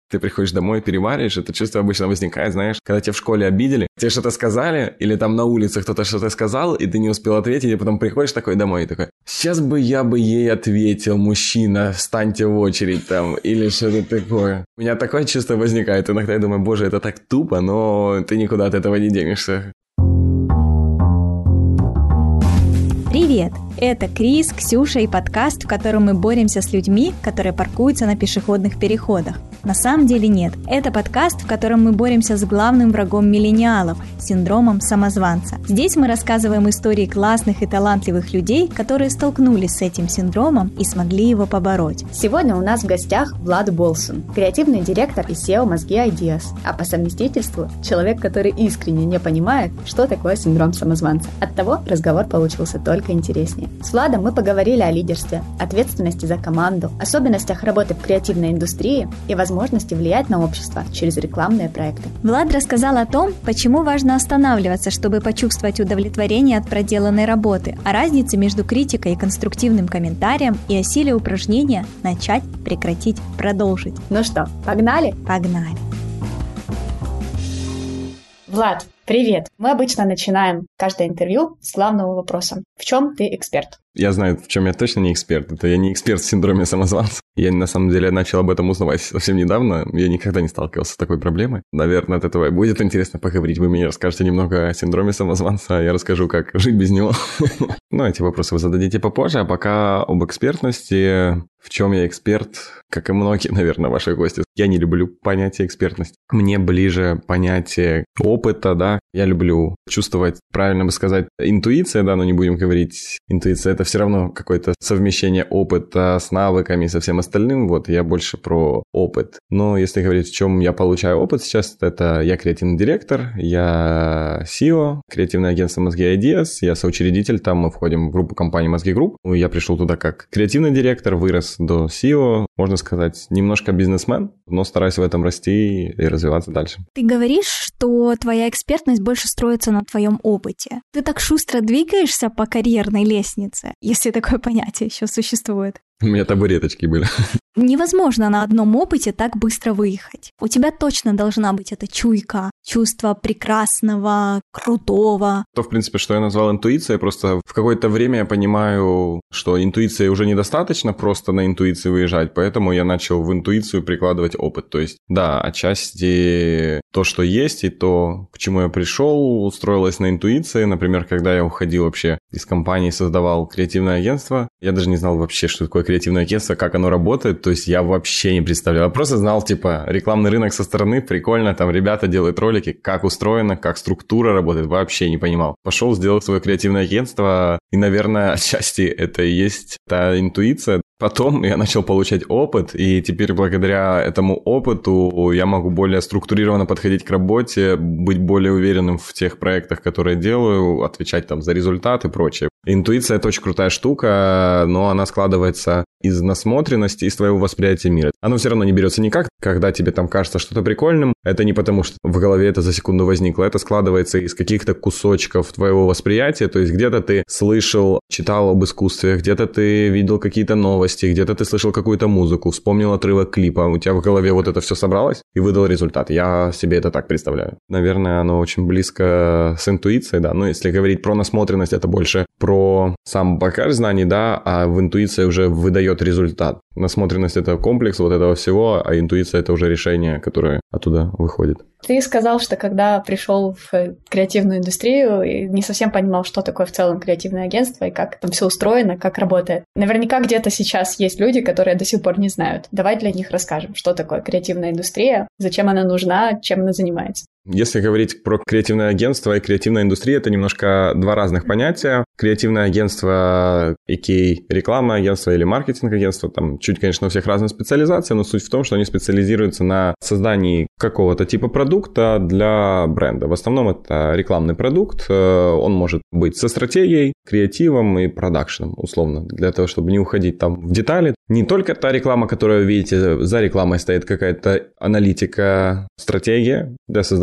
Ты приходишь домой, перевариваешь, это чувство обычно возникает, знаешь, когда тебя в школе обидели, тебе что-то сказали, или там на улице кто-то что-то сказал, и ты не успел ответить, и потом приходишь такой домой и такой, сейчас бы я ей ответил, мужчина, встаньте в очередь там, или что-то такое. У меня такое чувство возникает, иногда я думаю, боже, это так тупо, но ты никуда от этого не денешься. Привет! Это Крис, Ксюша и подкаст, в котором мы боремся с людьми, которые паркуются на пешеходных переходах. На самом деле нет. Это подкаст, в котором мы боремся с главным врагом миллениалов – синдромом самозванца. Здесь мы рассказываем истории классных и талантливых людей, которые столкнулись с этим синдромом и смогли его побороть. Сегодня у нас в гостях Влад Болсон, креативный директор из SEO Мозги Ideas, а по совместительству человек, который искренне не понимает, что такое синдром самозванца. Оттого разговор получился только интереснее. С Владом мы поговорили о лидерстве, ответственности за команду, особенностях работы в креативной индустрии и возможности влиять на общество через рекламные проекты. Влад рассказал о том, почему важно останавливаться, чтобы почувствовать удовлетворение от проделанной работы, о разнице между критикой и конструктивным комментарием и о силе упражнения «начать, прекратить, продолжить». Ну что, погнали? Погнали! Влад, привет! Мы обычно начинаем каждое интервью с главного вопроса. В чем ты эксперт? Я знаю, в чем я точно не эксперт. Это я не эксперт в синдроме самозванца. Я, на самом деле, начал об этом узнавать совсем недавно. Я никогда не сталкивался с такой проблемой. Наверное, от этого будет интересно поговорить. Вы мне расскажете немного о синдроме самозванца, а я расскажу, как жить без него. Но эти вопросы вы зададите попозже. А пока об экспертности. В чем я эксперт? Как и многие, наверное, ваши гости. Я не люблю понятие экспертности. Мне ближе понятие опыта, да. Я люблю чувствовать, правильно бы сказать, интуиция, да, но не будем говорить интуиция. Это все равно какое-то совмещение опыта с навыками и со всем остальным. Вот, я больше про опыт. Но если говорить, в чем я получаю опыт сейчас, это я креативный директор, я SEO, креативное агентство Мозги Ideas, я соучредитель, там мы входим в группу компании Мозги Групп. Я пришел туда как креативный директор, вырос до SEO, можно сказать, немножко бизнесмен, но стараюсь в этом расти и развиваться дальше. Ты говоришь, что твоя экспертность больше строится на твоем опыте. Ты так шустро двигаешься по карьерной лестнице, если такое понятие еще существует. У меня табуреточки были. Невозможно на одном опыте так быстро выехать. У тебя точно должна быть эта чуйка, чувство прекрасного, крутого. То, в принципе, что я назвал интуицией, просто в какое-то время я понимаю, что интуиции уже недостаточно просто на интуиции выезжать, поэтому я начал в интуицию прикладывать опыт. То есть, да, отчасти то, что есть, и то, к чему я пришел, устроилось на интуиции. Например, когда я уходил вообще из компании, создавал креативное агентство, я даже не знал вообще, что такое креативное агентство, как оно работает, то есть я вообще не представлял. Я просто знал, типа, рекламный рынок со стороны, прикольно, там ребята делают ролики, как устроено, как структура работает, вообще не понимал. Пошел, сделал свое креативное агентство, и, наверное, отчасти это и есть та интуиция. Потом я начал получать опыт, и теперь благодаря этому опыту я могу более структурированно подходить к работе, быть более уверенным в тех проектах, которые делаю, отвечать там за результат и прочее. Интуиция – это очень крутая штука, но она складывается из насмотренности, из твоего восприятия мира. Оно все равно не берется никак, когда тебе там кажется что-то прикольным. Это не потому, что в голове это за секунду возникло. Это складывается из каких-то кусочков твоего восприятия. То есть где-то ты слышал, читал об искусстве, где-то ты видел какие-то новости, где-то ты слышал какую-то музыку, вспомнил отрывок клипа. У тебя в голове вот это все собралось и выдал результат. Я себе это так представляю. Наверное, оно очень близко с интуицией, да. Но если говорить про насмотренность, это больше про сам багаж знаний, да, а в интуиции уже выдает результат. Насмотренность – это комплекс вот этого всего, а интуиция – это уже решение, которое оттуда выходит. Ты сказал, что когда пришел в креативную индустрию и не совсем понимал, что такое в целом креативное агентство и как там все устроено, как работает. Наверняка где-то сейчас есть люди, которые до сих пор не знают. Давай для них расскажем, что такое креативная индустрия, зачем она нужна, чем она занимается. Если говорить про креативное агентство и креативная индустрия, это немножко два разных понятия. Креативное агентство, a.k.a. рекламное агентство или маркетинг-агентство, там чуть, конечно, у всех разная специализация, но суть в том, что они специализируются на создании какого-то типа продукта для бренда. В основном это рекламный продукт, он может быть со стратегией, креативом и продакшеном, условно, для того, чтобы не уходить там в детали. Не только та реклама, которую вы видите, за рекламой стоит какая-то аналитика, стратегия для создания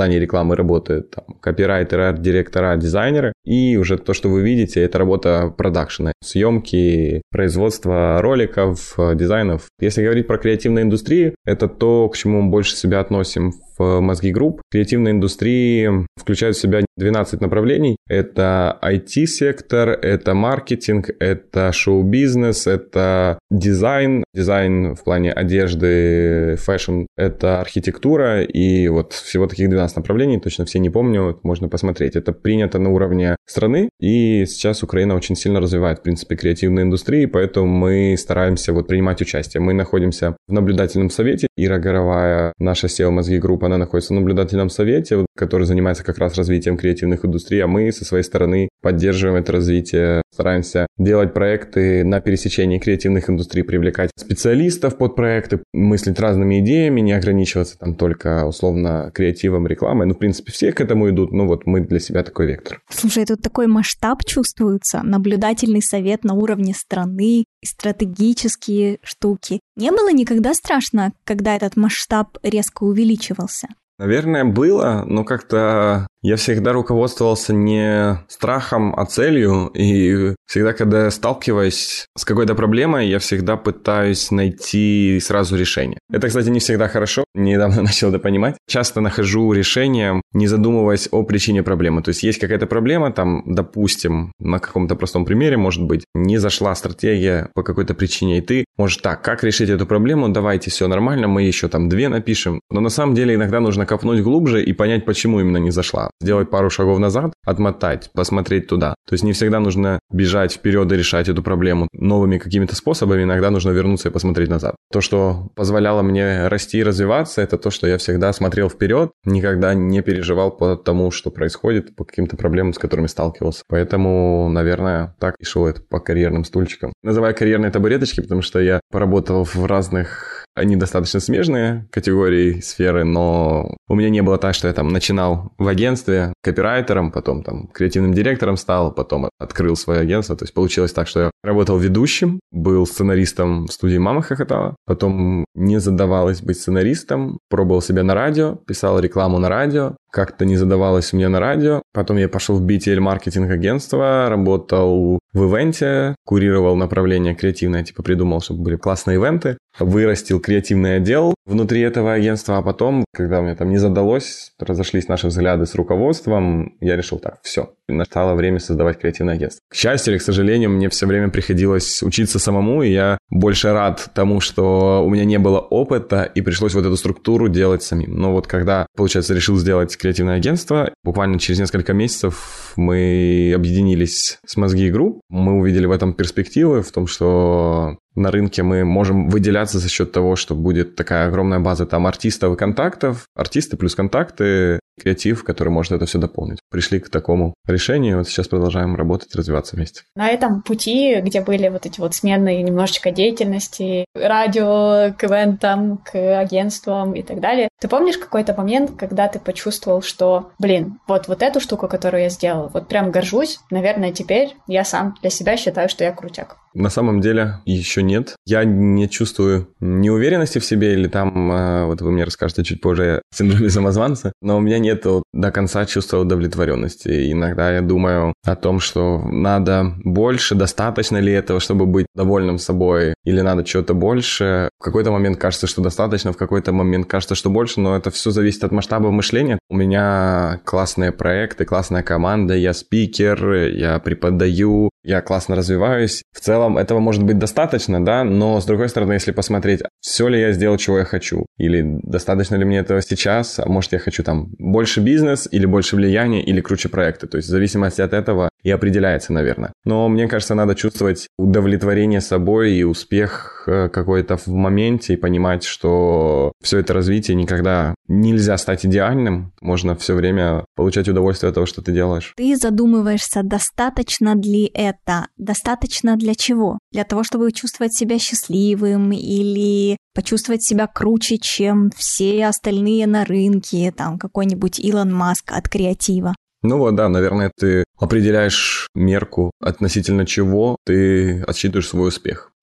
создании рекламы работают там копирайтеры, арт-директора, дизайнеры. И уже то, что вы видите, это работа продакшена. Съемки, производство роликов, дизайнов. Если говорить про креативную индустрию, это то, к чему мы больше себя относим в Мозги Групп. Креативная индустрия включает в себя 12 направлений. Это IT-сектор, это маркетинг, это шоу-бизнес, это дизайн в плане одежды, фэшн, это архитектура. И вот всего таких 12 направлений, точно все не помню, можно посмотреть. Это принято на уровне страны, и сейчас Украина очень сильно развивает, в принципе, креативную индустрию, поэтому мы стараемся вот принимать участие. Мы находимся в наблюдательном совете. Ира Горовая, наша SEO Мозги Групп, она находится в наблюдательном совете, который занимается как раз развитием креативных индустрий, а мы со своей стороны поддерживаем это развитие, стараемся делать проекты на пересечении креативных индустрий, привлекать специалистов под проекты, мыслить разными идеями, не ограничиваться там только условно креативом, рекламой. Ну, в принципе, все к этому идут, но вот мы для себя такой вектор. Слушай, тут такой масштаб чувствуется, наблюдательный совет на уровне страны, стратегические штуки. Не было никогда страшно, когда этот масштаб резко увеличивался? Наверное, было, но как-то я всегда руководствовался не страхом, а целью. И всегда, когда я сталкиваюсь с какой-то проблемой, я всегда пытаюсь найти сразу решение. Это, кстати, не всегда хорошо. Недавно начал это понимать. Часто нахожу решение, не задумываясь о причине проблемы. То есть есть какая-то проблема, там, допустим, на каком-то простом примере, может быть, не зашла стратегия по какой-то причине, и ты можешь так, как решить эту проблему? Давайте, все нормально, мы еще там 2 напишем. Но на самом деле иногда нужно копнуть глубже и понять, почему именно не зашла. Сделать пару шагов назад, отмотать, посмотреть туда. То есть не всегда нужно бежать вперед и решать эту проблему новыми какими-то способами, иногда нужно вернуться и посмотреть назад. То, что позволяло мне расти и развиваться, это то, что я всегда смотрел вперед, никогда не переживал по тому, что происходит, по каким-то проблемам, с которыми сталкивался. Поэтому, наверное, так и шел это по карьерным стульчикам. Называю карьерные табуреточки, потому что я поработал в разных, они достаточно смежные категории, сферы, но у меня не было так, что я там начинал в агентстве копирайтером, потом там креативным директором стал, потом открыл свое агентство. То есть получилось так, что я работал ведущим, был сценаристом в студии «Мама хохотала», потом не задавалось быть сценаристом, пробовал себя на радио, писал рекламу на радио, как-то не задавалось у меня на радио. Потом я пошел в BTL-маркетинг агентство, работал в ивенте, курировал направление креативное, типа придумал, чтобы были классные ивенты, вырастил креативный отдел внутри этого агентства, а потом, когда у меня там не задалось, разошлись наши взгляды с руководством, я решил так, все, настало время создавать креативное агентство. К счастью или к сожалению, мне все время приходилось учиться самому, и я больше рад тому, что у меня не было опыта, и пришлось вот эту структуру делать самим. Но вот когда, получается, решил сделать креативное агентство, буквально через несколько месяцев мы объединились с Мозги Групп, мы увидели в этом перспективы, в том, что на рынке мы можем выделяться за счет того, что будет такая огромная база там артистов и контактов, артисты плюс контакты, креатив, который может это все дополнить. Пришли к такому решению, вот сейчас продолжаем работать, развиваться вместе. На этом пути, где были вот эти вот сменные немножечко деятельности, радио, к ивентам, к агентствам и так далее, ты помнишь какой-то момент, когда ты почувствовал, что, вот эту штуку, которую я сделал, вот прям горжусь, наверное, теперь я сам для себя считаю, что я крутяк? На самом деле еще нет. Я не чувствую неуверенности в себе или там, вот вы мне расскажете чуть позже о синдроме самозванца, но у меня нет до конца чувства удовлетворенности. И иногда я думаю о том, что надо больше, достаточно ли этого, чтобы быть довольным собой, или надо чего-то больше. В какой-то момент кажется, что достаточно, в какой-то момент кажется, что больше, но это все зависит от масштаба мышления. У меня классные проекты, классная команда, я спикер, я преподаю, я классно развиваюсь. В целом этого может быть достаточно, да, но с другой стороны, если посмотреть, все ли я сделал, чего я хочу, или достаточно ли мне этого сейчас, а может я хочу там больше бизнес, или больше влияния, или круче проекты. То есть в зависимости от этого и определяется, наверное. Но мне кажется, надо чувствовать удовлетворение собой и успех какой-то в моменте и понимать, что все это развитие никогда нельзя стать идеальным. Можно все время получать удовольствие от того, что ты делаешь. Ты задумываешься, достаточно ли это? Достаточно для чего? Для того, чтобы чувствовать себя счастливым или почувствовать себя круче, чем все остальные на рынке, там какой-нибудь Илон Маск от креатива. Ну вот, да, наверное, ты определяешь мерку, относительно чего ты отсчитываешь свой успех.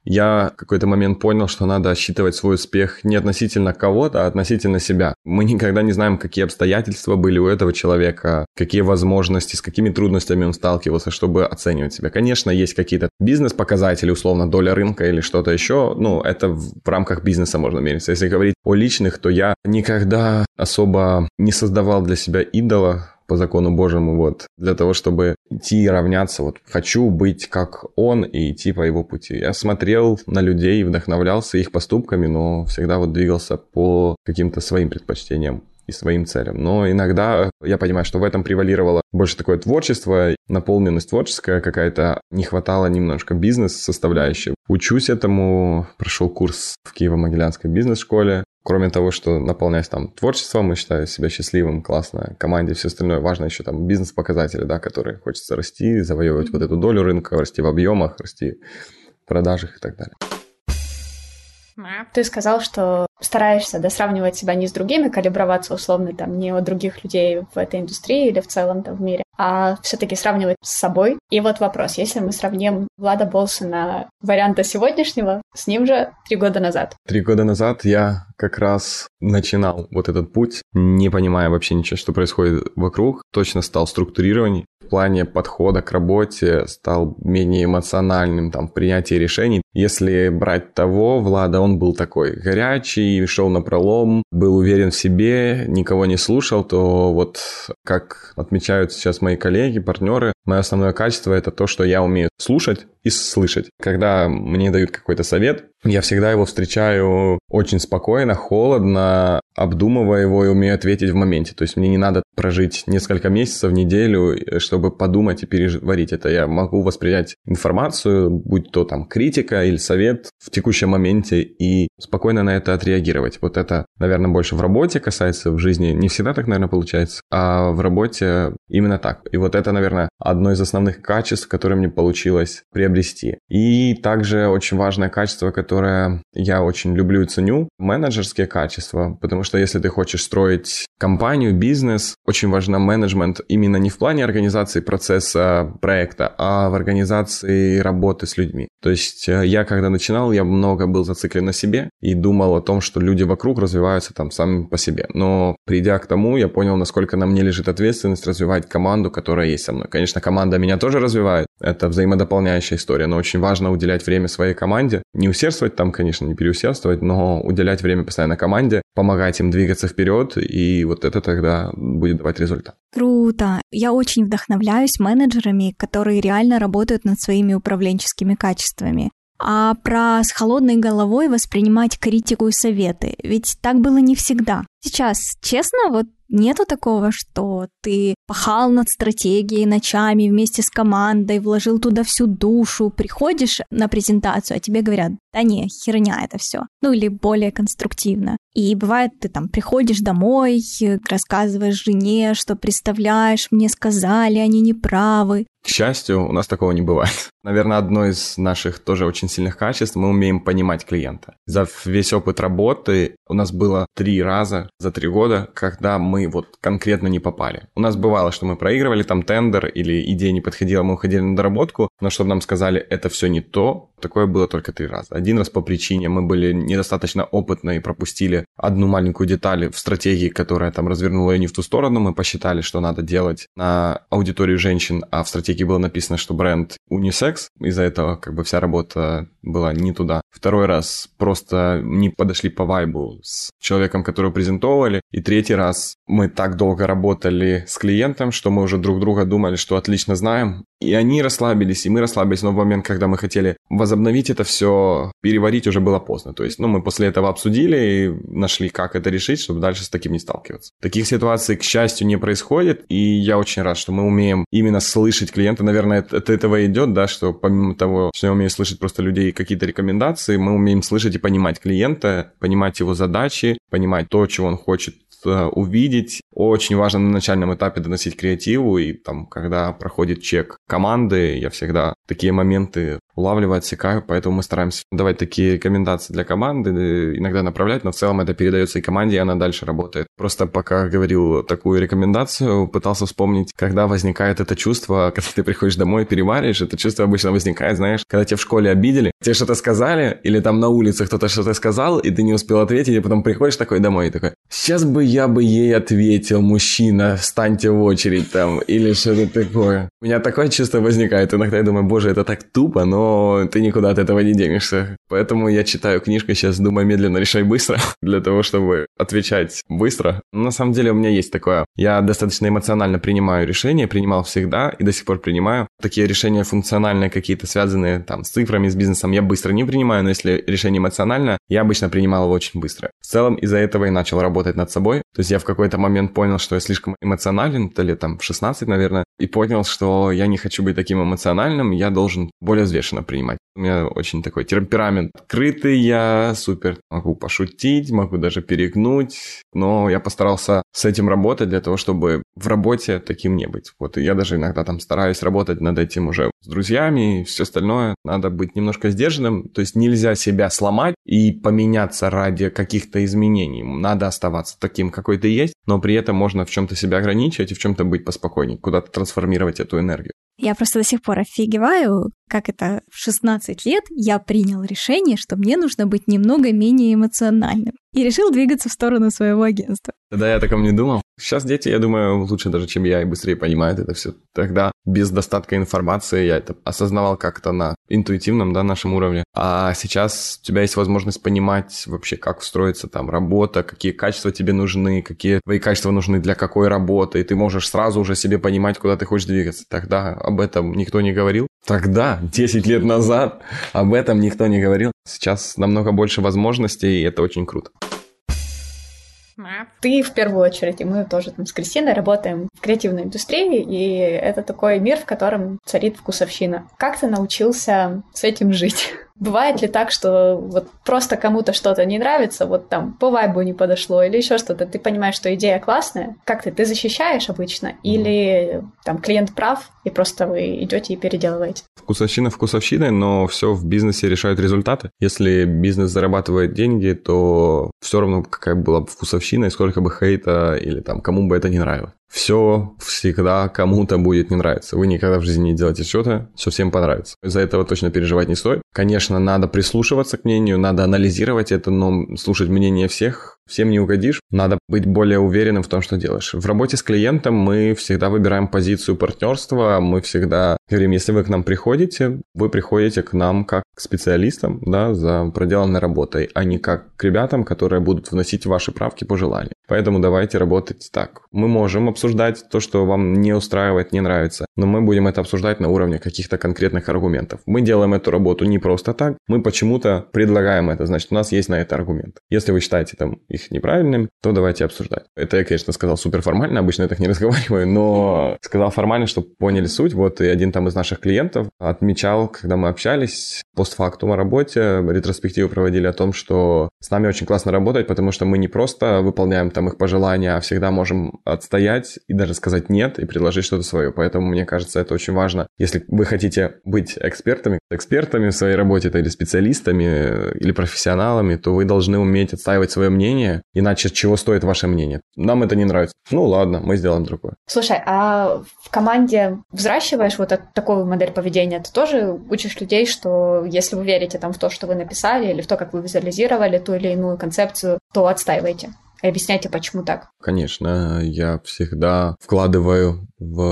я в какой-то момент понял, что надо рассчитывать свой успех не относительно кого-то, а относительно себя. Мы никогда не знаем, какие обстоятельства были у этого человека, какие возможности, с какими трудностями он сталкивался, чтобы оценивать себя. Конечно, есть какие-то бизнес-показатели, условно, доля рынка или что-то еще. Это в рамках бизнеса можно мериться. Если говорить о личных, то я никогда особо не создавал для себя идола по закону Божьему, для того, чтобы идти и равняться, хочу быть как он и идти по его пути. Я смотрел на людей, вдохновлялся их поступками, но всегда двигался по каким-то своим предпочтениям и своим целям. Но иногда я понимаю, что в этом превалировало больше такое творчество, наполненность творческая какая-то, не хватало немножко бизнес-составляющей. Учусь этому, прошел курс в Киево-Могилянской бизнес-школе. Кроме того, что наполняюсь творчеством, и считаю себя счастливым, классно, команде, все остальное. Важно еще бизнес-показатели, которые хочется расти, завоевывать эту долю рынка, расти в объемах, расти в продажах и так далее. Ты сказал, что стараешься сравнивать себя не с другими, калиброваться условно не от других людей в этой индустрии или в целом в мире, а все-таки сравнивать с собой. И вопрос, если мы сравним Влада Болсона варианта сегодняшнего с ним же 3 года назад. 3 года назад я как раз начинал этот путь, не понимая вообще ничего, что происходит вокруг, точно стал структурированней. В плане подхода к работе стал менее эмоциональным в принятии решений. Если брать того Влада, он был такой горячий, шел напролом, был уверен в себе, никого не слушал, то как отмечают сейчас мои коллеги, партнеры, мое основное качество – это то, что я умею слушать и слышать. Когда мне дают какой-то совет, я всегда его встречаю очень спокойно, холодно, обдумывая его и умею ответить в моменте. То есть мне не надо прожить несколько месяцев, неделю, чтобы подумать и переварить это. Я могу воспринять информацию, будь то критика или совет в текущем моменте и спокойно на это отреагировать. Это, наверное, больше в работе касается, в жизни не всегда так, наверное, получается, а в работе именно так. И это, наверное, одно из основных качеств, которые мне получилось приобрести. И также очень важное качество, которое я очень люблю и ценю, менеджерские качества, потому что если ты хочешь строить компанию, бизнес, очень важен менеджмент именно не в плане организации процесса проекта, а в организации работы с людьми. То есть я, когда начинал, я много был зациклен на себе и думал о том, что люди вокруг развиваются сами по себе. Но придя к тому, я понял, насколько на мне лежит ответственность развивать команду, которая есть со мной. Конечно, команда меня тоже развивает, это взаимодополняющая история, но очень важно уделять время своей команде, не усердствовать конечно, не переусердствовать, но уделять время постоянно команде, помогать им двигаться вперед, и это тогда будет давать результат. Круто! Я очень вдохновляюсь менеджерами, которые реально работают над своими управленческими качествами. А с холодной головой воспринимать критику и советы, ведь так было не всегда. Сейчас, честно, нету такого, что ты пахал над стратегией ночами вместе с командой, вложил туда всю душу, приходишь на презентацию, а тебе говорят: да не, херня это все. Или более конструктивно. И бывает, ты приходишь домой, рассказываешь жене, что представляешь, мне сказали, они неправы. К счастью, у нас такого не бывает. Наверное, одно из наших тоже очень сильных качеств – мы умеем понимать клиента. За весь опыт работы у нас было 3 раза за 3 года, когда мы конкретно не попали. У нас бывало, что мы проигрывали тендер или идея не подходила, мы уходили на доработку, но чтобы нам сказали, это все не то, такое было только 3 раза. 1 раз по причине мы были недостаточно опытны и пропустили одну маленькую деталь в стратегии, которая развернула ее не в ту сторону. Мы посчитали, что надо делать на аудиторию женщин, а в стратегии было написано, что бренд унисекс. Из-за этого вся работа была не туда. 2 раз просто не подошли по вайбу с человеком, которого презентовали. И 3 раз мы так долго работали с клиентом, что мы уже друг друга думали, что отлично знаем. И они расслабились, и мы расслабились. Но в момент, когда мы хотели возобновить это все, переварить уже было поздно. То есть, мы после этого обсудили и нашли, как это решить, чтобы дальше с таким не сталкиваться. Таких ситуаций, к счастью, не происходит. И я очень рад, что мы умеем именно слышать клиента. Наверное, от этого идет, что помимо того, что я умею слышать просто людей, какие-то рекомендации, мы умеем слышать и понимать клиента, понимать его задачи, понимать то, чего он хочет увидеть. Очень важно на начальном этапе доносить креативу, и там, когда проходит чек команды, я всегда такие моменты улавливаю, отсекаю, поэтому мы стараемся давать такие рекомендации для команды, иногда направлять, но в целом это передается и команде, и она дальше работает. Просто пока говорил такую рекомендацию, пытался вспомнить, когда возникает это чувство, когда ты приходишь домой, перевариваешь, это чувство обычно возникает, знаешь, когда тебя в школе обидели, тебе что-то сказали, или там на улице кто-то что-то сказал, и ты не успел ответить, и потом приходишь такой домой и такой, сейчас бы я ей ответил, мужчина, встаньте в очередь там, или что-то такое. У меня такое чувство возникает, иногда я думаю, боже, это так тупо, но ты никуда от этого не денешься. Поэтому я читаю книжку сейчас «Думай медленно, решай быстро», для того, чтобы отвечать быстро. Но на самом деле у меня есть такое. Я достаточно эмоционально принимаю решения, принимал всегда и до сих пор принимаю. Такие решения функциональные какие-то, связанные там с цифрами, с бизнесом, я быстро не принимаю, но если решение эмоциональное, я обычно принимал его очень быстро. В целом из-за этого и начал работать над собой. То есть я в какой-то момент понял, что я слишком эмоционален, то ли там в 16, наверное, и понял, что я не хочу быть таким эмоциональным, я должен более взвешенно принимать. У меня очень такой темперамент открытый, я супер могу пошутить, могу даже перегнуть, но я постарался с этим работать для того, чтобы в работе таким не быть. Вот, и я даже иногда там стараюсь работать над этим уже с друзьями и все остальное. Надо быть немножко сдержанным, то есть нельзя себя сломать и поменяться ради каких-то изменений. Надо оставаться таким, какой ты есть, но при этом можно в чем-то себя ограничивать и в чем-то быть поспокойнее, куда-то трансформировать эту энергию. Я просто до сих пор офигеваю, как это в 16 лет я принял решение, что мне нужно быть немного менее эмоциональным. И решил двигаться в сторону своего агентства. Тогда я о таком не думал. Сейчас дети, я думаю, лучше даже, чем я, и быстрее понимают это все. Тогда без достатка информации я это осознавал как-то на интуитивном, да, нашем уровне. А сейчас у тебя есть возможность понимать вообще, как устроится там работа, какие качества тебе нужны, какие твои качества нужны для какой работы, и ты можешь сразу уже себе понимать, куда ты хочешь двигаться. Тогда об этом никто не говорил. Тогда, 10 лет назад, об этом никто не говорил. Сейчас намного больше возможностей, и это очень круто. Ты в первую очередь, и мы тоже там с Кристиной работаем в креативной индустрии, и это такой мир, в котором царит вкусовщина. Как ты научился с этим жить? Бывает ли так, что вот просто кому-то что-то не нравится, вот там по вайбу не подошло или еще что-то, ты понимаешь, что идея классная, как ты защищаешь обычно, или там клиент прав, и просто вы идете и переделываете? Вкусовщина вкусовщиной, но все в бизнесе решают результаты. Если бизнес зарабатывает деньги, то все равно какая была бы вкусовщина, и сколько бы хейта или там кому бы это не нравилось. Все всегда кому-то будет не нравиться. Вы никогда в жизни не делаете что-то, все всем понравится. Из-за этого точно переживать не стоит. Конечно, надо прислушиваться к мнению, надо анализировать это, но слушать мнение всех, всем не угодишь. Надо быть более уверенным в том, что делаешь. В работе с клиентом мы всегда выбираем позицию партнерства, мы всегда говорим, если вы к нам приходите, вы приходите к нам как к специалистам, да, за проделанной работой, а не как к ребятам, которые будут вносить ваши правки по желанию. Поэтому давайте работать так. Мы можем обсуждать то, что вам не устраивает, не нравится, но мы будем это обсуждать на уровне каких-то конкретных аргументов. Мы делаем эту работу не просто так, мы почему-то предлагаем это, значит, у нас есть на это аргумент. Если вы считаете там их неправильными, то давайте обсуждать. Это я, конечно, сказал суперформально, обычно я так не разговариваю, но сказал формально, чтобы поняли суть. Вот и один там из наших клиентов отмечал, когда мы общались, постфактум о работе, ретроспективу проводили о том, что с нами очень классно работать, потому что мы не просто выполняем там их пожелания, а всегда можем отстоять и даже сказать нет и предложить что-то свое. Поэтому, мне кажется, это очень важно. Если вы хотите быть экспертами в своей работе, или специалистами, или профессионалами, то вы должны уметь отстаивать свое мнение, иначе чего стоит ваше мнение? Нам это не нравится. Ну ладно, мы сделаем другое. Слушай, а в команде взращиваешь вот такую модель поведения? Ты тоже учишь людей, что если вы верите там в то, что вы написали, или в то, как вы визуализировали ту или иную концепцию, то отстаивайте. И объясняйте, почему так. Конечно, я всегда вкладываю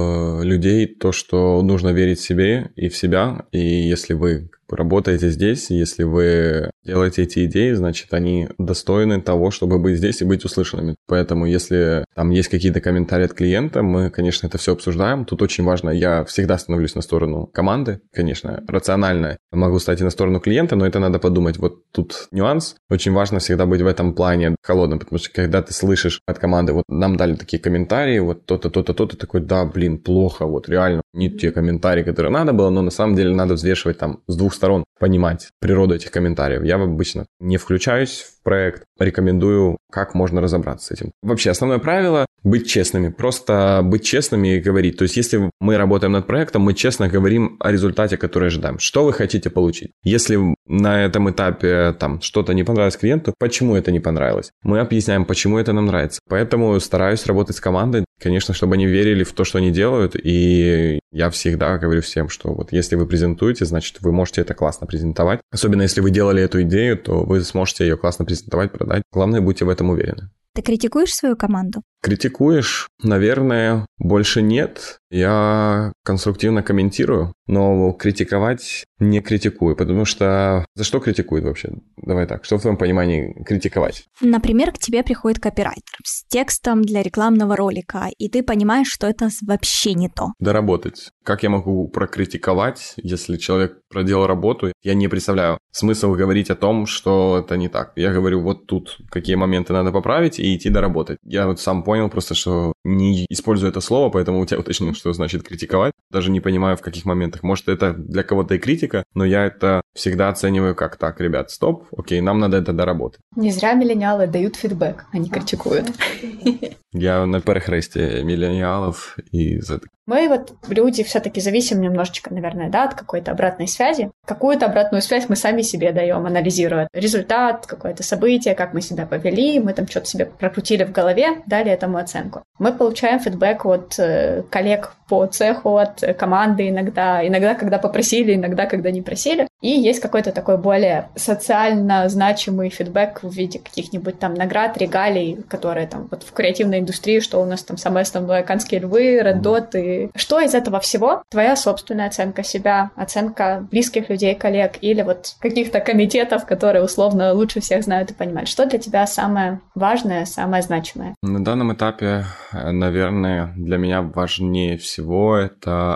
в людей то, что нужно верить себе и в себя. И если вы работаете здесь, если вы делаете эти идеи, значит, они достойны того, чтобы быть здесь и быть услышанными. Поэтому, если там есть какие-то комментарии от клиента, мы, конечно, это все обсуждаем. Тут очень важно, я всегда становлюсь на сторону команды, конечно, рационально могу стать и на сторону клиента, но это надо подумать. Вот тут нюанс. Очень важно всегда быть в этом плане холодным, потому что когда ты слышишь от команды, вот нам дали такие комментарии, вот то-то, то-то, то-то, такой, да, да, плохо, вот реально, не те комментарии, которые надо было, но на самом деле надо взвешивать там с двух сторон, понимать природу этих комментариев. Я обычно не включаюсь в проект, рекомендую, как можно разобраться с этим. Вообще, основное правило – быть честными, просто быть честными и говорить. То есть, если мы работаем над проектом, мы честно говорим о результате, который ожидаем. Что вы хотите получить? Если на этом этапе там что-то не понравилось клиенту, почему это не понравилось? Мы объясняем, почему это нам нравится. Поэтому стараюсь работать с командой, конечно, чтобы они верили в то, что они делают. И я всегда говорю всем, что вот если вы презентуете, значит, вы можете это классно презентовать. Особенно если вы делали эту идею, то вы сможете ее классно презентовать, продать. Главное, будьте в этом уверены. Ты критикуешь свою команду? Критикуешь? Наверное, больше нет. Я конструктивно комментирую, но критиковать не критикую, потому что... За что критикуют вообще? Давай так, что в твоем понимании критиковать? Например, к тебе приходит копирайтер с текстом для рекламного ролика, и ты понимаешь, что это вообще не то. Доработать. Как я могу прокритиковать, если человек проделал работу? Я не представляю смысл говорить о том, что это не так. Я говорю, вот тут какие моменты надо поправить и идти доработать. Я вот сам понял просто, что не использую это слово, поэтому у тебя уточнил, что значит критиковать. Даже не понимаю, в каких моментах. Может, это для кого-то и критика, но я это всегда оцениваю как так, ребят, стоп, окей, нам надо это доработать. Не зря миллениалы дают фидбэк, они критикуют. Я на перехресте миллениалов и... Мы вот люди все-таки зависим немножечко, наверное, да, от какой-то обратной связи. Какую-то обратную связь мы сами себе даем, анализируя результат, какое-то событие, как мы себя повели, мы там что-то себе прокрутили в голове, дали этому оценку. Мы получаем фидбэк от коллег по цеху, от команды иногда, когда попросили, иногда, когда не просили. И есть какой-то такой более социально значимый фидбэк в виде каких-нибудь там наград, регалий, которые там вот в креативной индустрии, что у нас там самое основное, Канские львы, Red Dot. И что из этого всего твоя собственная оценка себя, оценка близких людей, коллег или вот каких-то комитетов, которые условно лучше всех знают и понимают? Что для тебя самое важное, самое значимое? На данном этапе, наверное, для меня важнее всего это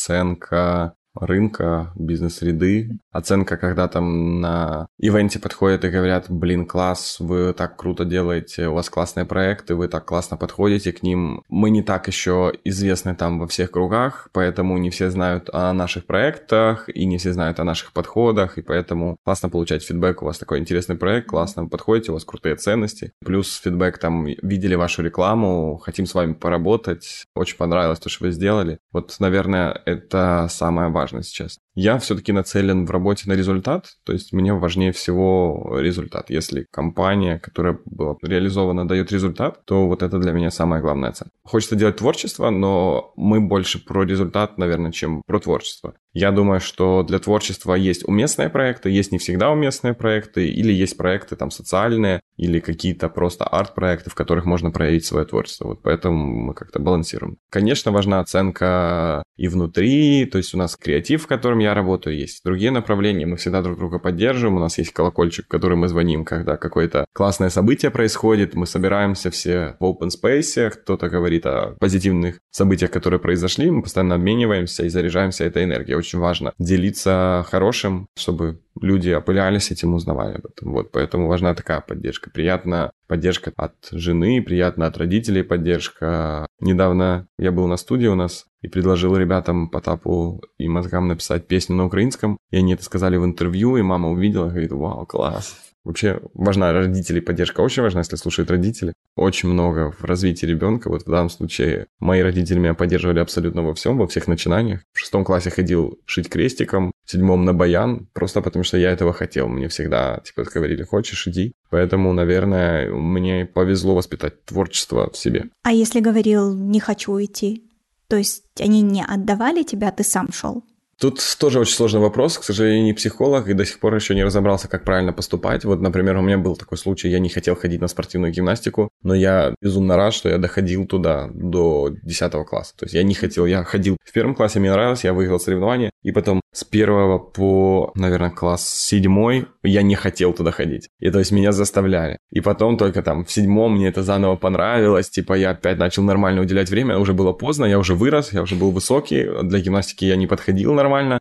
оценка рынка, бизнес-среды. Оценка, когда там на ивенте подходят и говорят, класс, вы так круто делаете, у вас классные проекты, вы так классно подходите к ним. Мы не так еще известны там во всех кругах, поэтому не все знают о наших проектах и не все знают о наших подходах, и поэтому классно получать фидбэк, у вас такой интересный проект, классно вы подходите, у вас крутые ценности. Плюс фидбэк там, видели вашу рекламу, хотим с вами поработать, очень понравилось то, что вы сделали. Вот, наверное, это самое важное сейчас. Я все-таки нацелен в работе на результат, то есть мне важнее всего результат. Если компания, которая была реализована, дает результат, то вот это для меня самая главная цель. Хочется делать творчество, но мы больше про результат, наверное, чем про творчество. Я думаю, что для творчества есть уместные проекты, есть не всегда уместные проекты, или есть проекты там социальные, или какие-то просто арт-проекты, в которых можно проявить свое творчество. Вот поэтому мы как-то балансируем. Конечно, важна оценка и внутри, то есть у нас креатив, в котором я работаю, есть другие направления, мы всегда друг друга поддерживаем, у нас есть колокольчик, в который мы звоним, когда какое-то классное событие происходит, мы собираемся все в open space, кто-то говорит о позитивных событиях, которые произошли, мы постоянно обмениваемся и заряжаемся этой энергией. Очень важно делиться хорошим, чтобы люди опылялись этим, узнавали об этом. Вот, поэтому важна такая поддержка. Приятно поддержка от жены, приятно от родителей поддержка. Недавно я был на студии у нас и предложил ребятам Потапу и Мозгам написать песню на украинском. И они это сказали в интервью, и мама увидела и говорит, вау, класс. Вообще важна родителей поддержка, очень важна, если слушают родители. Очень много в развитии ребенка. Вот в данном случае мои родители меня поддерживали абсолютно во всем, во всех начинаниях. В 6 классе ходил шить крестиком, в 7 на баян, просто потому что я этого хотел. Мне всегда говорили, хочешь, иди. Поэтому, наверное, мне повезло воспитать творчество в себе. А если говорил, не хочу идти, то есть они не отдавали тебя, а ты сам шел? Тут тоже очень сложный вопрос. К сожалению, не психолог и до сих пор еще не разобрался, как правильно поступать. Вот, например, у меня был такой случай, я не хотел ходить на спортивную гимнастику, но я безумно рад, что я доходил туда до 10 класса. То есть я не хотел, я ходил в 1 классе, мне нравилось, я выиграл соревнования, и потом с 1 по, наверное, класс 7 я не хотел туда ходить. И то есть меня заставляли. И потом только там в 7 мне это заново понравилось, типа я опять начал нормально уделять время, уже было поздно, я уже вырос, я уже был высокий, для гимнастики я не подходил нормально,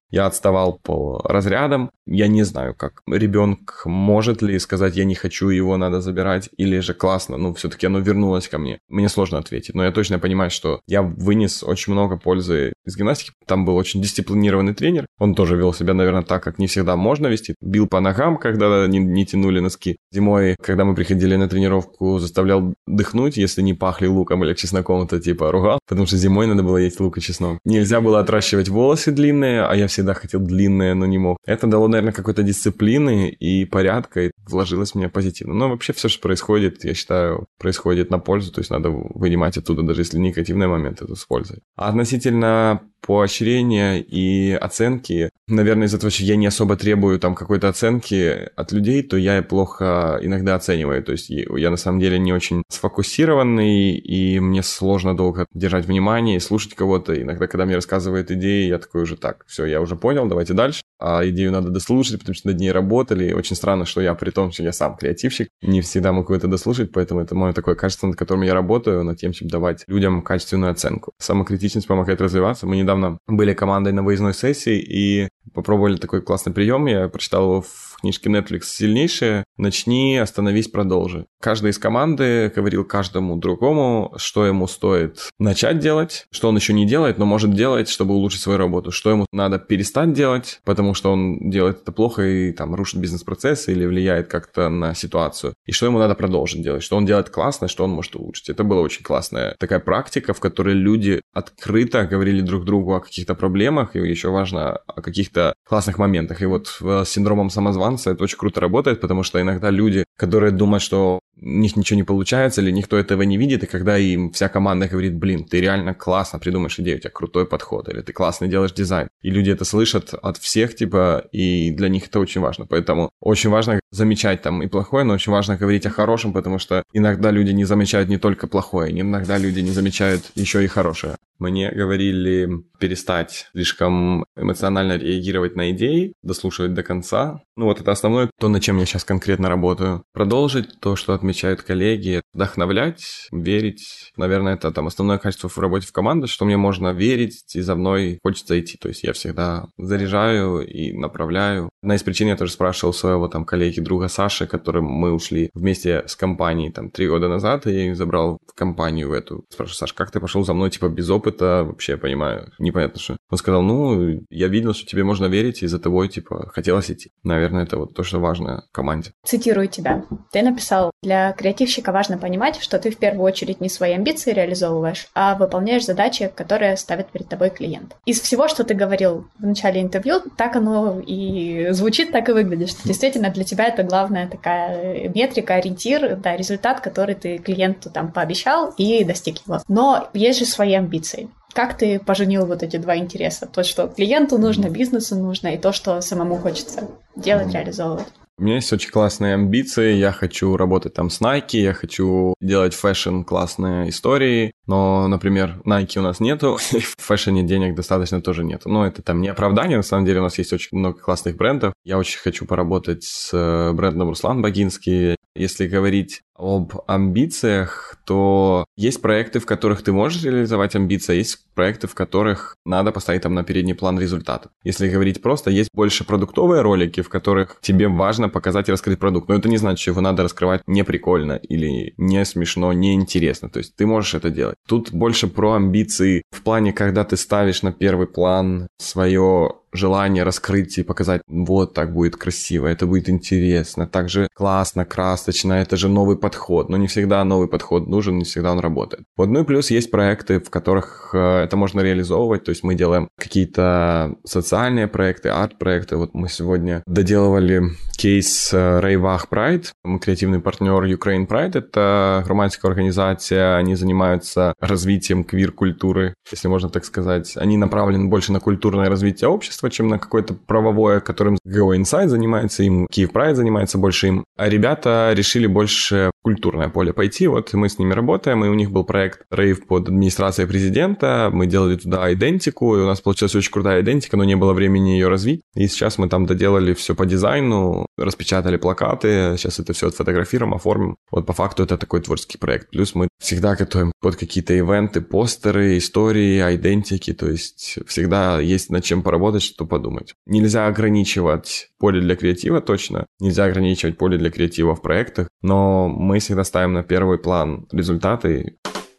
я отставал по разрядам. Я не знаю, как ребенок может ли сказать, я не хочу, его надо забирать, или же классно, все-таки оно вернулось ко мне. Мне сложно ответить, но я точно понимаю, что я вынес очень много пользы из гимнастики. Там был очень дисциплинированный тренер, он тоже вел себя, наверное, так, как не всегда можно вести. Бил по ногам, когда не тянули носки. Зимой, когда мы приходили на тренировку, заставлял дыхнуть, если не пахли луком или чесноком, то типа ругал, потому что зимой надо было есть лук и чеснок. Нельзя было отращивать волосы длинные, а я всегда хотел длинные, но не мог. Это дало, наверное, какой-то дисциплины и порядка, и вложилось в меня позитивно. Но вообще все, что происходит, я считаю, происходит на пользу, то есть надо вынимать оттуда, даже если негативные моменты, то с пользой. А относительно поощрения и оценки, наверное, из-за того, что я не особо требую там какой-то оценки от людей, то я плохо иногда оцениваю, то есть я на самом деле не очень сфокусированный, и мне сложно долго держать внимание и слушать кого-то. Иногда, когда мне рассказывают идеи, я такой уже так, все, я уже понял, давайте дальше, а идею надо дослушать, потому что над ней работали. Очень странно, что я, при том, что я сам креативщик, не всегда могу это дослушать, поэтому это мое такое качество, над которым я работаю, над тем, чтобы давать людям качественную оценку. Самокритичность помогает развиваться. Мы недавно были командой на выездной сессии и попробовали такой классный прием. Я прочитал его в книжке Netflix «Сильнейшие». Начни, остановись, продолжи. Каждый из команды говорил каждому другому, что ему стоит начать делать, что он еще не делает, но может делать, чтобы улучшить свою работу, что ему надо перестать делать, потому что он делает это плохо и там рушит бизнес-процессы или влияет как-то на ситуацию, и что ему надо продолжить делать, что он делает классно, что он может улучшить. Это была очень классная такая практика, в которой люди открыто говорили друг другу о каких-то проблемах и еще важно о каких-то классных моментах. И вот с синдромом самозванца это очень круто работает, потому что иногда люди, которые думают, что у них ничего не получается или никто этого не видит, и когда им вся команда говорит, блин, ты реально классно придумаешь идею, у тебя крутой подход, или ты классно делаешь дизайн, и люди это слышат от всех, типа, и для них это очень важно. Поэтому очень важно замечать там и плохое, но очень важно говорить о хорошем, потому что иногда люди не замечают не только плохое, иногда люди не замечают еще и хорошее. Мне говорили перестать слишком эмоционально реагировать на идеи, дослушивать до конца. Вот это основное, то, над чем я сейчас конкретно работаю. Продолжить то, что отмечают коллеги, вдохновлять, верить. Наверное, это там основное качество в работе в команде, что мне можно верить, и за мной хочется идти. То есть я всегда заряжаю и направляю. Одна из причин, я тоже спрашивал своего там коллеги, друга Саши, которым мы ушли вместе с компанией там 3 года назад, и я их забрал в компанию в эту. Спрашиваю, Саш, как ты пошел за мной, типа, без опыта, вообще, понимаю, непонятно что. Он сказал, я видел, что тебе можно верить, и за тобой, типа, хотелось идти. Наверное, это вот то, что важно в команде. Цитирую тебя. Ты написал, для креативщика важно понимать, что ты в первую очередь не свои амбиции реализовываешь, а выполняешь задачи, которые ставит перед тобой клиент. Из всего, что ты говорил в начале интервью, так оно и звучит, так и выглядит, что действительно для тебя это главная такая метрика, ориентир, да, результат, который ты клиенту там пообещал и достиг его. Но есть же свои амбиции. Как ты поженил вот эти два интереса? То, что клиенту нужно, бизнесу нужно, и то, что самому хочется делать, реализовывать. У меня есть очень классные амбиции, я хочу работать там с Nike, я хочу делать фэшн классные истории, но, например, Nike у нас нету, и в фэшне денег достаточно тоже нету. Но это там не оправдание, на самом деле у нас есть очень много классных брендов. Я очень хочу поработать с брендом Руслан Багинский. Если говорить об амбициях, то есть проекты, в которых ты можешь реализовать амбиции, а есть проекты, в которых надо поставить там на передний план результаты. Если говорить просто, есть больше продуктовые ролики, в которых тебе важно показать и раскрыть продукт. Но это не значит, что его надо раскрывать не прикольно или не смешно, не интересно. То есть ты можешь это делать. Тут больше про амбиции в плане, когда ты ставишь на первый план свое желание раскрыть и показать, вот так будет красиво, это будет интересно, так же классно, красочно, это же новый подход. Но не всегда новый подход нужен, не всегда он работает. Вот, ну и плюс есть проекты, в которых это можно реализовывать, то есть мы делаем какие-то социальные проекты, арт-проекты. Вот мы сегодня доделывали кейс Рейвах Pride, мы креативный партнер Ukraine Pride, это громадская организация, они занимаются развитием квир-культуры, если можно так сказать. Они направлены больше на культурное развитие общества, чем на какое-то правовое, которым Go Inside занимается, им Киев Pride занимается больше им. А ребята решили больше культурное поле пойти. Вот мы с ними работаем, и у них был проект рейв под администрацией президента. Мы делали туда идентику, и у нас получилась очень крутая идентика, но не было времени ее развить. И сейчас мы там доделали все по дизайну, распечатали плакаты, сейчас это все отфотографируем, оформим. Вот по факту это такой творческий проект. Плюс мы всегда готовим под какие-то ивенты, постеры, истории, идентики, то есть всегда есть над чем поработать, что подумать. Нельзя ограничивать поле для креатива точно, нельзя ограничивать поле для креатива в проектах, но мы всегда ставим на первый план результаты.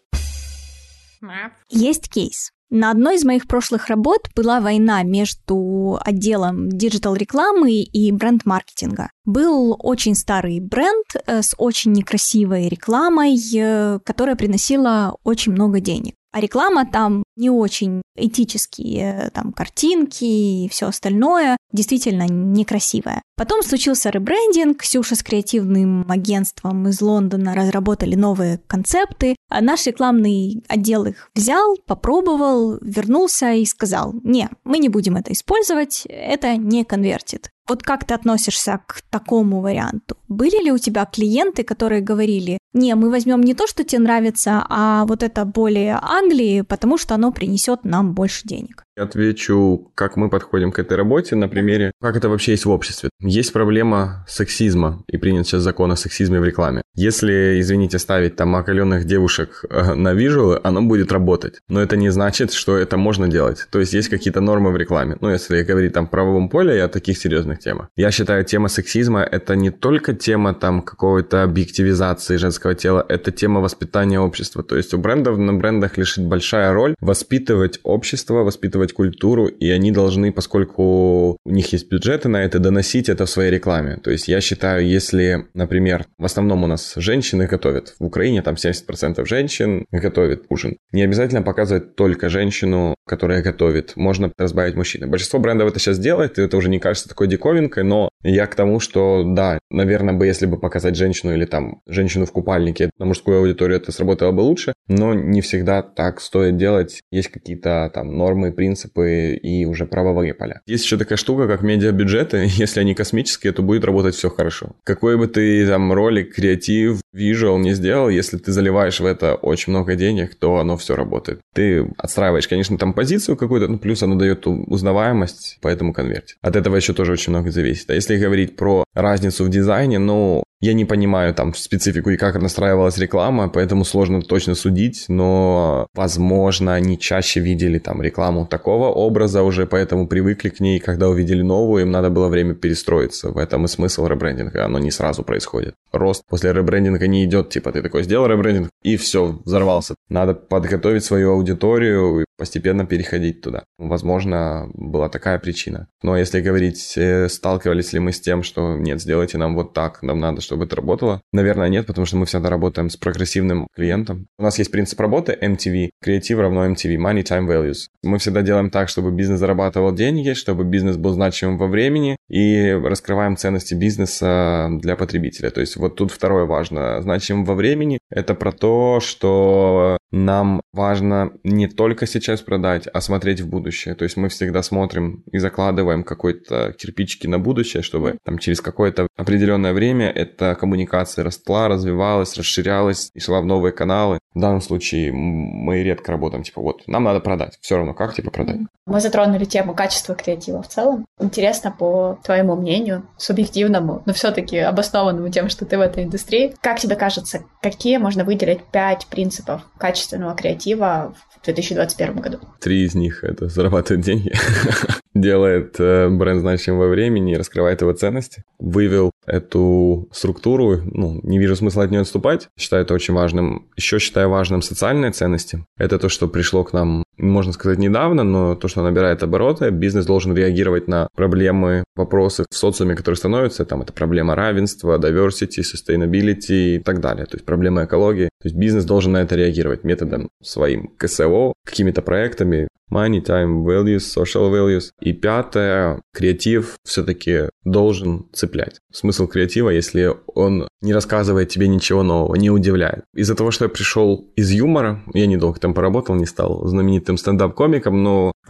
Есть кейс. На одной из моих прошлых работ была война между отделом диджитал-рекламы и бренд-маркетинга. Был очень старый бренд с очень некрасивой рекламой, которая приносила очень много денег. А реклама там не очень этические, там картинки и все остальное, действительно некрасивая. Потом случился ребрендинг, Ксюша с креативным агентством из Лондона разработали новые концепты, а наш рекламный отдел их взял, попробовал, вернулся и сказал: не, мы не будем это использовать, это не конвертит. Вот как ты относишься к такому варианту? Были ли у тебя клиенты, которые говорили: не, мы возьмем не то, что тебе нравится, а вот это более Англии, потому что оно принесет нам больше денег? Я отвечу, как мы подходим к этой работе на примере, как это вообще есть в обществе. Есть проблема сексизма, и принят сейчас закон о сексизме в рекламе. Если, извините, ставить там оголенных девушек на визуалы, оно будет работать. Но это не значит, что это можно делать. То есть какие-то нормы в рекламе. Ну, если говорить там в правовом поле и о таких серьезных темах. Я считаю, тема сексизма – это не только тема там какой-то объективизации женского тела, это тема воспитания общества. То есть у брендов на брендах лежит большая роль воспитывать общество, воспитывать культуру, и они должны, поскольку у них есть бюджеты на это, доносить это в своей рекламе. То есть я считаю, если, например, в основном у нас женщины готовят, в Украине там 70% женщин готовят ужин, не обязательно показывать только женщину, которая готовит, можно разбавить мужчины. Большинство брендов это сейчас делает, и это уже не кажется такой диковинкой, но я к тому, что да, наверное, если бы показать женщину или там женщину в купальнике на мужскую аудиторию, это сработало бы лучше, но не всегда так стоит делать. Есть какие-то там нормы, принципы и уже правовые поля. Есть еще такая штука, как медиабюджеты. Если они космические, то будет работать все хорошо. Какой бы ты там ролик, креатив, визуал не сделал, если ты заливаешь в это очень много денег, то оно все работает. Ты отстраиваешь, конечно, там позицию какую-то, но плюс оно дает узнаваемость, поэтому конвертит. От этого еще тоже очень много зависит. А если говорить про разницу в дизайне, я не понимаю там специфику и как настраивалась реклама, поэтому сложно точно судить, но, возможно, они чаще видели там рекламу такого образа уже, поэтому привыкли к ней, когда увидели новую, им надо было время перестроиться. В этом и смысл ребрендинга, оно не сразу происходит. Рост после ребрендинга не идет, типа ты такой сделал ребрендинг и все, взорвался. Надо подготовить свою аудиторию и постепенно переходить туда. Возможно, была такая причина. Но если говорить, сталкивались ли мы с тем, что нет, сделайте нам вот так, нам надо, чтобы это работало? Наверное, нет, потому что мы всегда работаем с прогрессивным клиентом. У нас есть принцип работы MTV. Креатив равно MTV. Money, Time, Values. Мы всегда делаем так, чтобы бизнес зарабатывал деньги, чтобы бизнес был значимым во времени, и раскрываем ценности бизнеса для потребителя. То есть вот тут второе важно. Значимым во времени – это про то, что нам важно не только сейчас продать, а смотреть в будущее. То есть мы всегда смотрим и закладываем какой-то кирпичики на будущее, чтобы там через какое-то определенное время эта коммуникация росла, развивалась, расширялась и шла в новые каналы. В данном случае мы редко работаем, типа вот, нам надо продать. Все равно как, типа, продать. Мы затронули тему качества креатива в целом. Интересно, по твоему мнению, субъективному, но все-таки обоснованному тем, что ты в этой индустрии, как тебе кажется, какие можно выделить 5 принципов качественного креатива в 2021 году? 3 из них — это зарабатывать деньги, делает бренд значимым во времени, раскрывает его ценности, вывел эту структуру, не вижу смысла от нее отступать, считаю это очень важным. Еще считаю важным социальные ценности. Это то, что пришло к нам, можно сказать, недавно, но то, что набирает обороты. Бизнес должен реагировать на проблемы, вопросы в социуме, которые становятся. Там это проблема равенства, diversity, sustainability и так далее. То есть проблема экологии. То есть бизнес должен на это реагировать методом своим КСО, какими-то проектами. Money, time, values, social values. И 5, креатив все-таки должен цеплять. Смысл креатива, если он не рассказывает тебе ничего нового, не удивляет. Из-за того, что я пришел из юмора, я недолго там поработал, не стал знаменитым стендап-комиком, но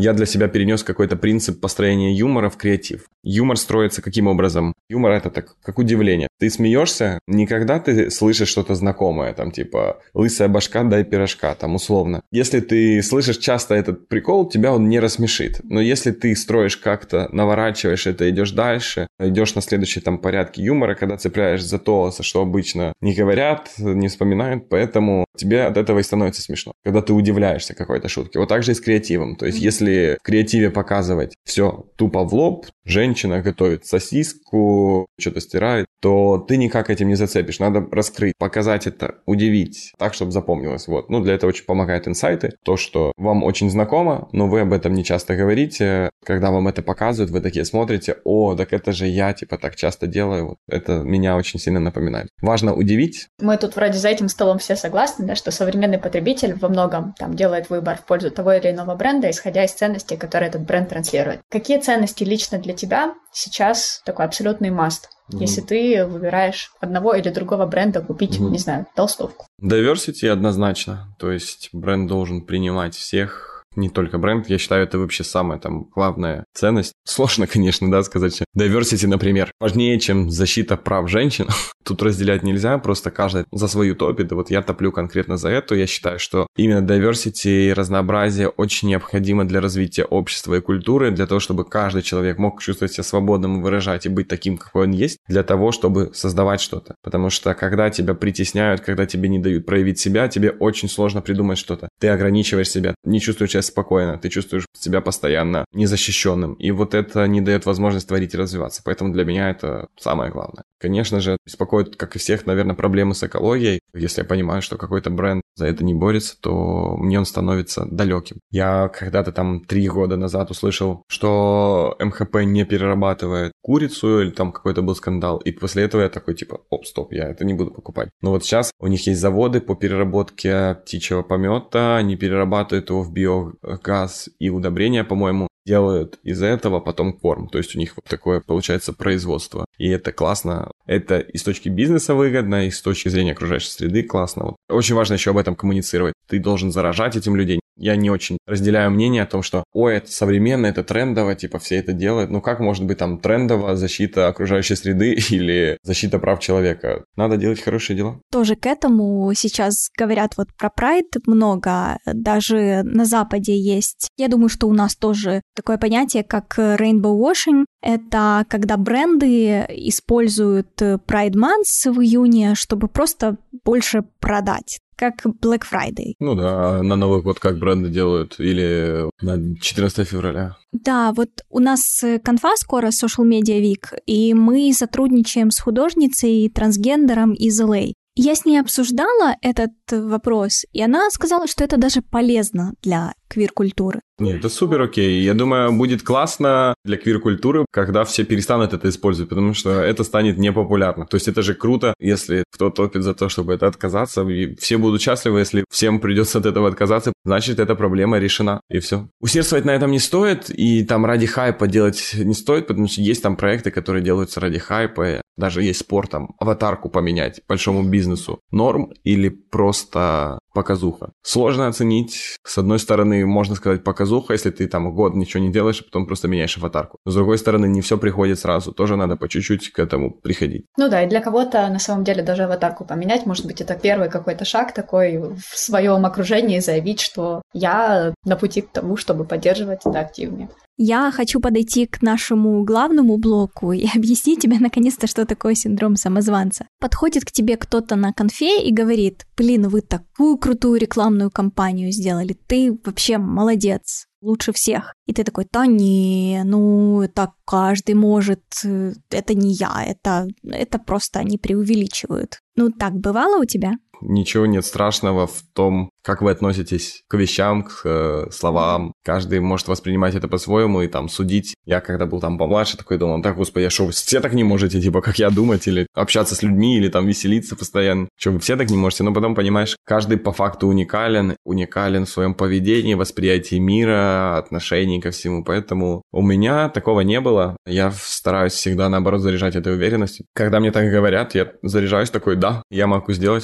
я для себя перенес какой-то принцип построения юмора в креатив. Юмор строится каким образом? Юмор — это так, как удивление. Ты смеешься, не когда ты слышишь что-то знакомое, там типа «лысая башка, дай пирожка», там условно. Если ты слышишь часто этот прикол, тебя он не рассмешит. Но если ты строишь как-то, наворачиваешь это, идешь дальше, идешь на следующий там порядке юмора, когда цепляешь за то, за что обычно не говорят, не вспоминают, поэтому тебе от этого и становится смешно, когда ты удивляешься какой-то шутке. Вот так же и с креативом. То есть если в креативе показывать все тупо в лоб, женщина готовит сосиску, что-то стирает, то ты никак этим не зацепишь. Надо раскрыть, показать это, удивить, так, чтобы запомнилось. Вот. Ну, для этого очень помогают инсайты. То, что вам очень знакомо, но вы об этом не часто говорите. Когда вам это показывают, вы такие смотрите: о, так это же я, типа, так часто делаю. Вот. Это меня очень сильно напоминает. Важно удивить. Мы тут вроде за этим столом все согласны, да, что современный потребитель во многом там делает выбор в пользу того или иного бренда, исходя из ценностей, которые этот бренд транслирует. Какие ценности лично для тебя сейчас такой абсолютный must, если ты выбираешь одного или другого бренда купить, не знаю, толстовку? Diversity однозначно. То есть бренд должен принимать всех. Не только бренд, я считаю, это вообще самая там главная ценность. Сложно, конечно, да, сказать, что diversity, например, важнее, чем защита прав женщин. Тут разделять нельзя, просто каждый за свою топит. И вот я топлю конкретно за это. Я считаю, что именно diversity и разнообразие очень необходимо для развития общества и культуры, для того, чтобы каждый человек мог чувствовать себя свободным, выражать и быть таким, какой он есть, для того, чтобы создавать что-то. Потому что когда тебя притесняют, когда тебе не дают проявить себя, тебе очень сложно придумать что-то. Ты ограничиваешь себя, не чувствуешь себя спокойно, ты чувствуешь себя постоянно незащищенным. И вот это не дает возможность творить и развиваться. Поэтому для меня это самое главное. Конечно же, беспокоит, как и всех, наверное, проблемы с экологией. Если я понимаю, что какой-то бренд за это не борется, то мне он становится далеким. Я когда-то там 3 года назад услышал, что МХП не перерабатывает курицу, или там какой-то был скандал. И после этого я такой, типа, оп, стоп, я это не буду покупать. Но вот сейчас у них есть заводы по переработке птичьего помета, они перерабатывают его в биогаз и удобрения, по-моему, делают из этого потом корм. То есть у них вот такое получается производство. И это классно. Это и с точки бизнеса выгодно, и с точки зрения окружающей среды классно. Вот. Очень важно еще об этом коммуницировать. Ты должен заражать этим людей. Я не очень разделяю мнение о том, что ой, это современно, это трендово, типа все это делают. Ну как может быть там трендово защита окружающей среды или защита прав человека? Надо делать хорошие дела. Тоже к этому сейчас говорят вот про Pride много. Даже на Западе есть. Я думаю, что у нас тоже такое понятие, как rainbow washing. Это когда бренды используют Pride Month в июне, чтобы просто больше продать. Как Black Friday. Ну да, на Новый год как бренды делают, или на 14 февраля. Да, вот у нас конфа скоро, Social Media Week, и мы сотрудничаем с художницей трансгендером из LA. Я с ней обсуждала этот вопрос, и она сказала, что это даже полезно для квир-культуры. Нет, это супер окей. Я думаю, будет классно для квир-культуры, когда все перестанут это использовать, потому что это станет непопулярно. То есть это же круто, если кто топит за то, чтобы это отказаться, и все будут счастливы, если всем придется от этого отказаться, значит, эта проблема решена, и все. Усердствовать на этом не стоит, и там ради хайпа делать не стоит, потому что есть там проекты, которые делаются ради хайпа, даже есть спор, там, аватарку поменять большому бизнесу. Норм или просто показуха? Сложно оценить. С одной стороны, можно сказать показуха, если ты там год ничего не делаешь, а потом просто меняешь аватарку. С другой стороны, не все приходит сразу. Тоже надо по чуть-чуть к этому приходить. Ну да, и для кого-то на самом деле даже аватарку поменять, может быть, это первый какой-то шаг такой в своем окружении заявить, что я на пути к тому, чтобы поддерживать это активнее. Я хочу подойти к нашему главному блоку и объяснить тебе наконец-то, что такое синдром самозванца. Подходит к тебе кто-то на конфе и говорит: блин, вы такую крутую рекламную кампанию сделали, ты вообще молодец, лучше всех. И ты такой: да не, ну так каждый может, это не я, это просто они преувеличивают. Ну так бывало у тебя? Ничего нет страшного в том, как вы относитесь к вещам, к словам. Каждый может воспринимать это по-своему и там судить. Я когда был там помладше, такой думал: так, господи, что вы все так не можете, типа, как я, думать или общаться с людьми, или там веселиться постоянно. Что вы все так не можете? Но потом понимаешь, каждый по факту уникален в своем поведении, восприятии мира, отношении ко всему. Поэтому у меня такого не было. Я стараюсь всегда, наоборот, заряжать этой уверенностью. Когда мне так говорят, я заряжаюсь такой: да, я могу сделать, вам могу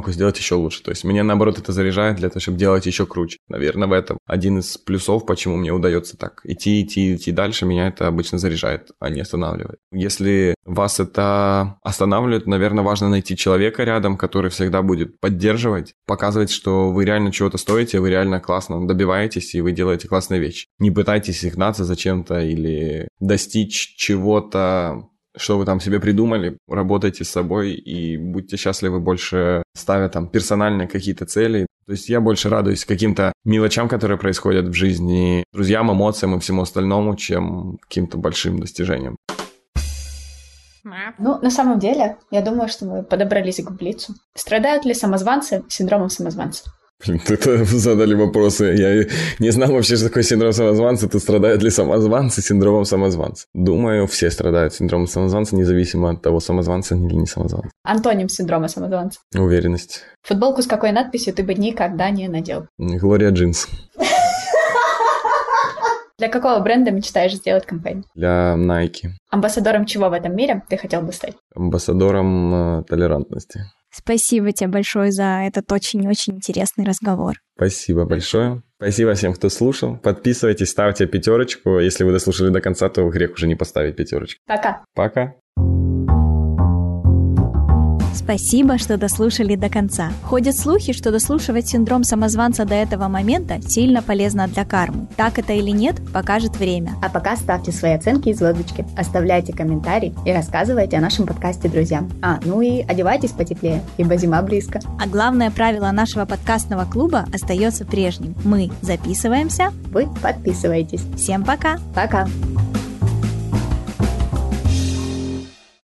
могу сделать еще лучше. То есть меня, наоборот, это заряжает для того, чтобы делать еще круче. Наверное, в этом один из плюсов, почему мне удается так идти дальше, меня это обычно заряжает, а не останавливает. Если вас это останавливает, наверное, важно найти человека рядом, который всегда будет поддерживать, показывать, что вы реально чего-то стоите, вы реально классно добиваетесь, и вы делаете классные вещи. Не пытайтесь гнаться за чем-то или достичь чего-то, что вы там себе придумали, работайте с собой и будьте счастливы, больше ставя там персональные какие-то цели. То есть я больше радуюсь каким-то мелочам, которые происходят в жизни, друзьям, эмоциям и всему остальному, чем каким-то большим достижениям. Ну, на самом деле, я думаю, что мы подобрались к блицу. Страдают ли самозванцы синдромом самозванца? Это задали вопросы. Я не знал вообще, что такое синдром самозванца. Тут страдают ли самозванцы синдромом самозванца? Думаю, все страдают синдромом самозванца, независимо от того, самозванца или не самозванца. Антоним синдрома самозванца. Уверенность. Футболку с какой надписью ты бы никогда не надел? Глория Джинс. Для какого бренда мечтаешь сделать кампейн? Для Nike. Амбассадором чего в этом мире ты хотел бы стать? Амбассадором толерантности. Спасибо тебе большое за этот очень-очень интересный разговор. Спасибо большое. Спасибо всем, кто слушал. Подписывайтесь, ставьте 5. Если вы дослушали до конца, то грех уже не поставить 5. Пока. Пока. Спасибо, что дослушали до конца. Ходят слухи, что дослушивать синдром самозванца до этого момента сильно полезно для кармы. Так это или нет, покажет время. А пока ставьте свои оценки и звездочки, оставляйте комментарии и рассказывайте о нашем подкасте друзьям. Ну и одевайтесь потеплее, ибо зима близко. А главное правило нашего подкастного клуба остается прежним. Мы записываемся. Вы подписываетесь. Всем пока. Пока.